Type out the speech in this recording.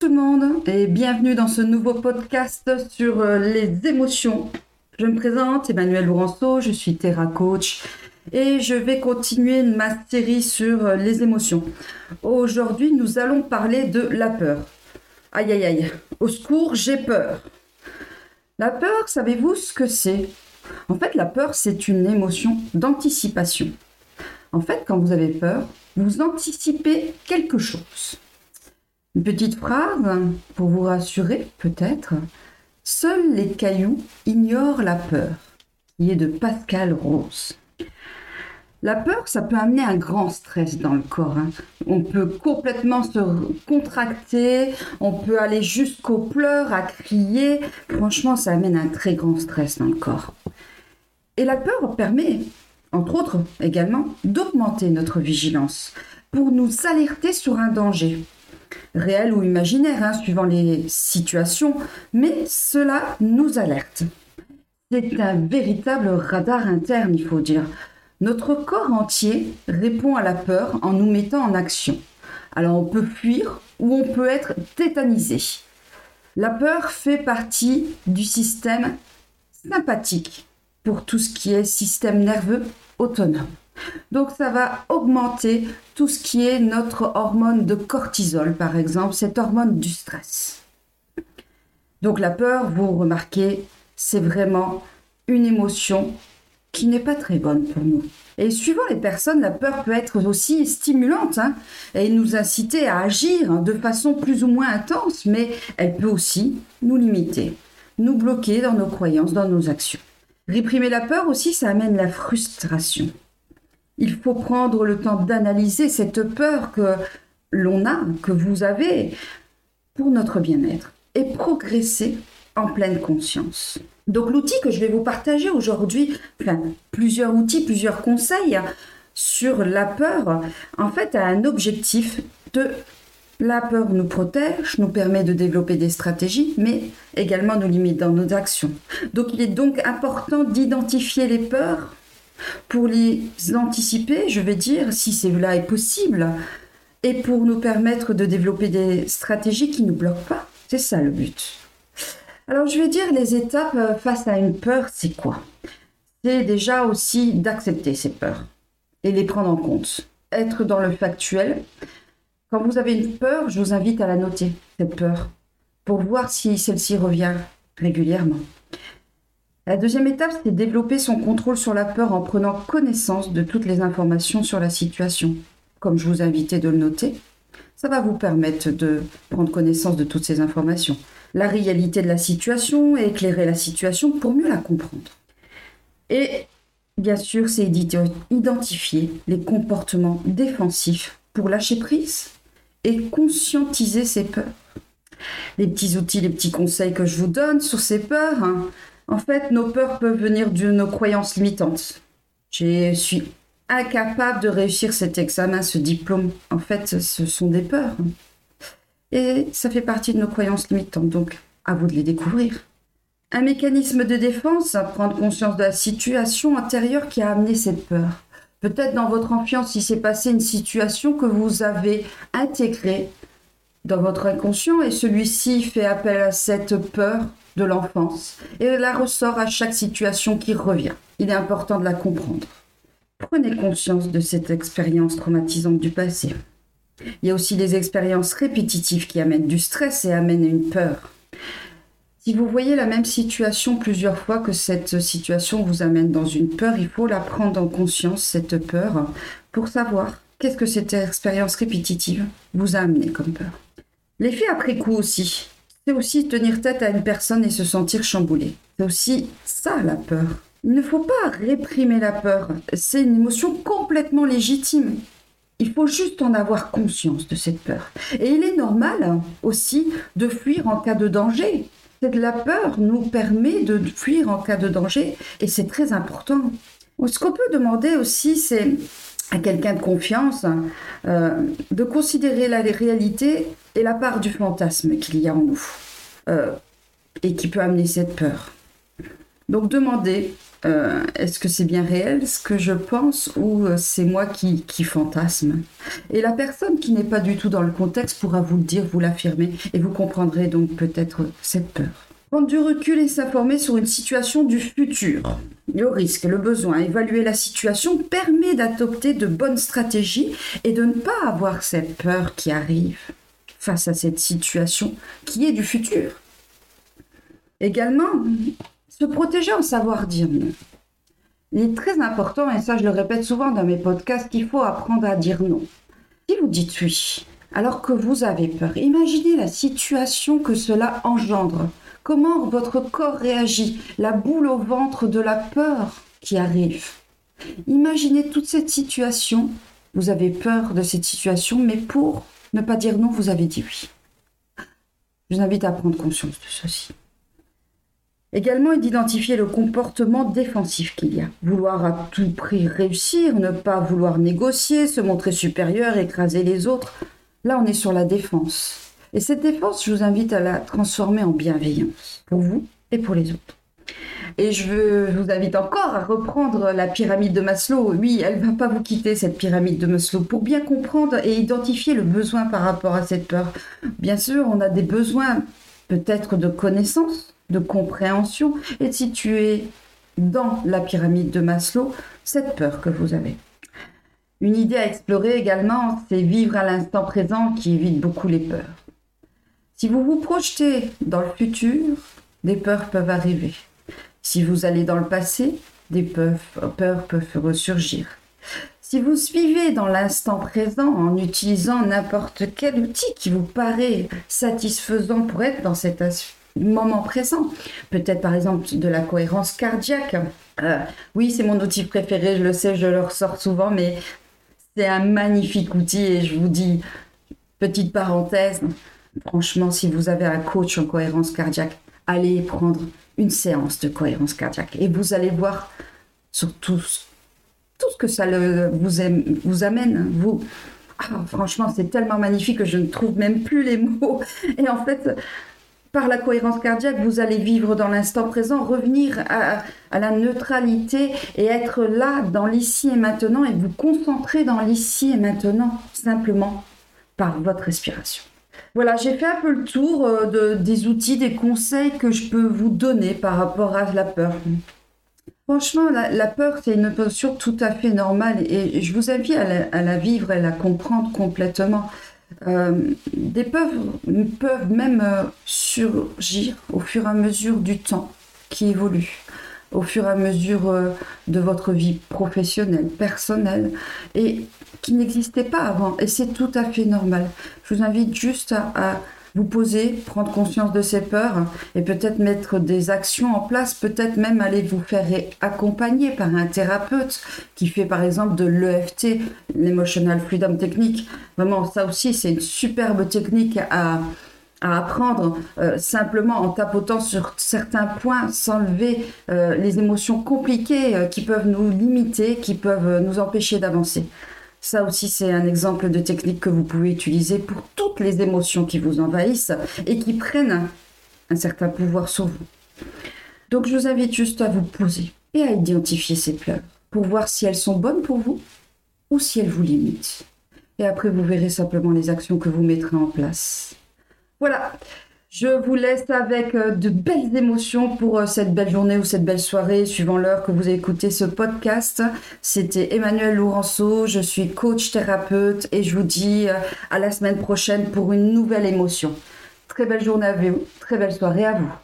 tout le monde et bienvenue dans ce nouveau podcast sur les émotions. Je me présente, Emmanuelle Lourenço, je suis Terra Coach et je vais continuer ma série sur les émotions. Aujourd'hui, nous allons parler de la peur. Aïe aïe aïe, au secours, j'ai peur. La peur, savez-vous ce que c'est ? En fait, la peur, c'est une émotion d'anticipation. En fait, quand vous avez peur, vous anticipez quelque chose. Une petite phrase pour vous rassurer, peut-être. Seuls les cailloux ignorent la peur, qui est de Pascal Rose. La peur, ça peut amener un grand stress dans le corps. On peut complètement se contracter, on peut aller jusqu'aux pleurs, à crier. Franchement, ça amène un très grand stress dans le corps. Et la peur permet, entre autres également, d'augmenter notre vigilance pour nous alerter sur un danger. Réel ou imaginaire, suivant les situations, mais cela nous alerte. C'est un véritable radar interne, il faut dire. Notre corps entier répond à la peur en nous mettant en action. Alors on peut fuir ou on peut être tétanisé. La peur fait partie du système sympathique pour tout ce qui est système nerveux autonome. Donc ça va augmenter tout ce qui est notre hormone de cortisol, par exemple, cette hormone du stress. Donc la peur, vous remarquez, c'est vraiment une émotion qui n'est pas très bonne pour nous. Et suivant les personnes, la peur peut être aussi stimulante et nous inciter à agir de façon plus ou moins intense, mais elle peut aussi nous limiter, nous bloquer dans nos croyances, dans nos actions. Réprimer la peur aussi, ça amène la frustration. Il faut prendre le temps d'analyser cette peur que l'on a, que vous avez, pour notre bien-être et progresser en pleine conscience. Donc l'outil que je vais vous partager aujourd'hui, plusieurs outils, plusieurs conseils sur la peur, en fait a un objectif de... La peur nous protège, nous permet de développer des stratégies, mais également nous limite dans nos actions. Donc il est donc important d'identifier les peurs, pour les anticiper, je vais dire, si cela est possible, et pour nous permettre de développer des stratégies qui ne nous bloquent pas. C'est ça le but. Alors je vais dire les étapes face à une peur, c'est quoi ? C'est déjà aussi d'accepter ces peurs et les prendre en compte. Être dans le factuel. Quand vous avez une peur, je vous invite à la noter, cette peur, pour voir si celle-ci revient régulièrement. La deuxième étape, c'est développer son contrôle sur la peur en prenant connaissance de toutes les informations sur la situation. Comme je vous invitais de le noter, ça va vous permettre de prendre connaissance de toutes ces informations. La réalité de la situation et éclairer la situation pour mieux la comprendre. Et bien sûr, c'est identifier les comportements défensifs pour lâcher prise et conscientiser ces peurs. Les petits outils, les petits conseils que je vous donne sur ces peurs, en fait, nos peurs peuvent venir de nos croyances limitantes. Je suis incapable de réussir cet examen, ce diplôme. En fait, ce sont des peurs. Et ça fait partie de nos croyances limitantes, donc à vous de les découvrir. Un mécanisme de défense, prendre conscience de la situation intérieure qui a amené cette peur. Peut-être dans votre enfance, il s'est passé une situation que vous avez intégrée dans votre inconscient et celui-ci fait appel à cette peur de l'enfance et elle la ressort à chaque situation qui revient. Il est important de la comprendre. Prenez conscience de cette expérience traumatisante du passé. Il y a aussi des expériences répétitives qui amènent du stress et amènent une peur. Si vous voyez la même situation plusieurs fois que cette situation vous amène dans une peur, il faut la prendre en conscience, cette peur, pour savoir qu'est-ce que cette expérience répétitive vous a amené comme peur. L'effet après coup aussi. C'est aussi tenir tête à une personne et se sentir chamboulé. C'est aussi ça la peur. Il ne faut pas réprimer la peur. C'est une émotion complètement légitime. Il faut juste en avoir conscience de cette peur. Et il est normal aussi de fuir en cas de danger. La peur nous permet de fuir en cas de danger et c'est très important. Ce qu'on peut demander aussi, c'est à quelqu'un de confiance de considérer la réalité et la part du fantasme qu'il y a en nous et qui peut amener cette peur. Donc demandez est-ce que c'est bien réel ce que je pense ou c'est moi qui fantasme? Et la personne qui n'est pas du tout dans le contexte pourra vous le dire, vous l'affirmer, et vous comprendrez donc peut-être cette peur. Prendre du recul et s'informer sur une situation du futur. Le risque, le besoin, évaluer la situation permet d'adopter de bonnes stratégies et de ne pas avoir cette peur qui arrive face à cette situation qui est du futur. Également, se protéger en savoir dire non. Il est très important, et ça je le répète souvent dans mes podcasts, qu'il faut apprendre à dire non. Si vous dites oui, alors que vous avez peur, imaginez la situation que cela engendre. Comment votre corps réagit, la boule au ventre de la peur qui arrive. Imaginez toute cette situation, vous avez peur de cette situation, mais pour ne pas dire non, vous avez dit oui. Je vous invite à prendre conscience de ceci. Également, d'identifier le comportement défensif qu'il y a. Vouloir à tout prix réussir, ne pas vouloir négocier, se montrer supérieur, écraser les autres. Là, on est sur la défense. Et cette défense, je vous invite à la transformer en bienveillance pour vous et pour les autres. Et je vous invite encore à reprendre la pyramide de Maslow. Oui, elle ne va pas vous quitter, cette pyramide de Maslow, pour bien comprendre et identifier le besoin par rapport à cette peur. Bien sûr, on a des besoins peut-être de connaissance, de compréhension, et de situer dans la pyramide de Maslow cette peur que vous avez. Une idée à explorer également, c'est vivre à l'instant présent qui évite beaucoup les peurs. Si vous vous projetez dans le futur, des peurs peuvent arriver. Si vous allez dans le passé, des peurs peuvent ressurgir. Si vous suivez dans l'instant présent en utilisant n'importe quel outil qui vous paraît satisfaisant pour être dans cet moment présent, peut-être par exemple de la cohérence cardiaque. Oui, c'est mon outil préféré, je le sais, je le ressors souvent, mais c'est un magnifique outil et je vous dis, petite parenthèse, franchement, si vous avez un coach en cohérence cardiaque, allez prendre une séance de cohérence cardiaque et vous allez voir sur tout ce que ça vous amène. Franchement, c'est tellement magnifique que je ne trouve même plus les mots. Et en fait, par la cohérence cardiaque, vous allez vivre dans l'instant présent, revenir à la neutralité et être là dans l'ici et maintenant et vous concentrer dans l'ici et maintenant, simplement par votre respiration. Voilà, j'ai fait un peu le tour des outils, des conseils que je peux vous donner par rapport à la peur. Franchement, la peur, c'est une émotion tout à fait normale et je vous invite à la vivre et à la comprendre complètement. Des peurs peuvent même surgir au fur et à mesure du temps qui évolue, au fur et à mesure de votre vie professionnelle, personnelle, et qui n'existait pas avant. Et c'est tout à fait normal. Je vous invite juste à vous poser, prendre conscience de ces peurs et peut-être mettre des actions en place, peut-être même aller vous faire accompagner par un thérapeute qui fait par exemple de l'EFT, l'Emotional Freedom Technique. Vraiment, ça aussi, c'est une superbe technique à apprendre simplement en tapotant sur certains points, s'enlever les émotions compliquées qui peuvent nous limiter, qui peuvent nous empêcher d'avancer. Ça aussi, c'est un exemple de technique que vous pouvez utiliser pour toutes les émotions qui vous envahissent et qui prennent un certain pouvoir sur vous. Donc, je vous invite juste à vous poser et à identifier ces peurs pour voir si elles sont bonnes pour vous ou si elles vous limitent. Et après, vous verrez simplement les actions que vous mettrez en place. Voilà, je vous laisse avec de belles émotions pour cette belle journée ou cette belle soirée, suivant l'heure que vous avez écouté ce podcast. C'était Emmanuelle Lourenço, je suis coach thérapeute et je vous dis à la semaine prochaine pour une nouvelle émotion. Très belle journée à vous, très belle soirée à vous.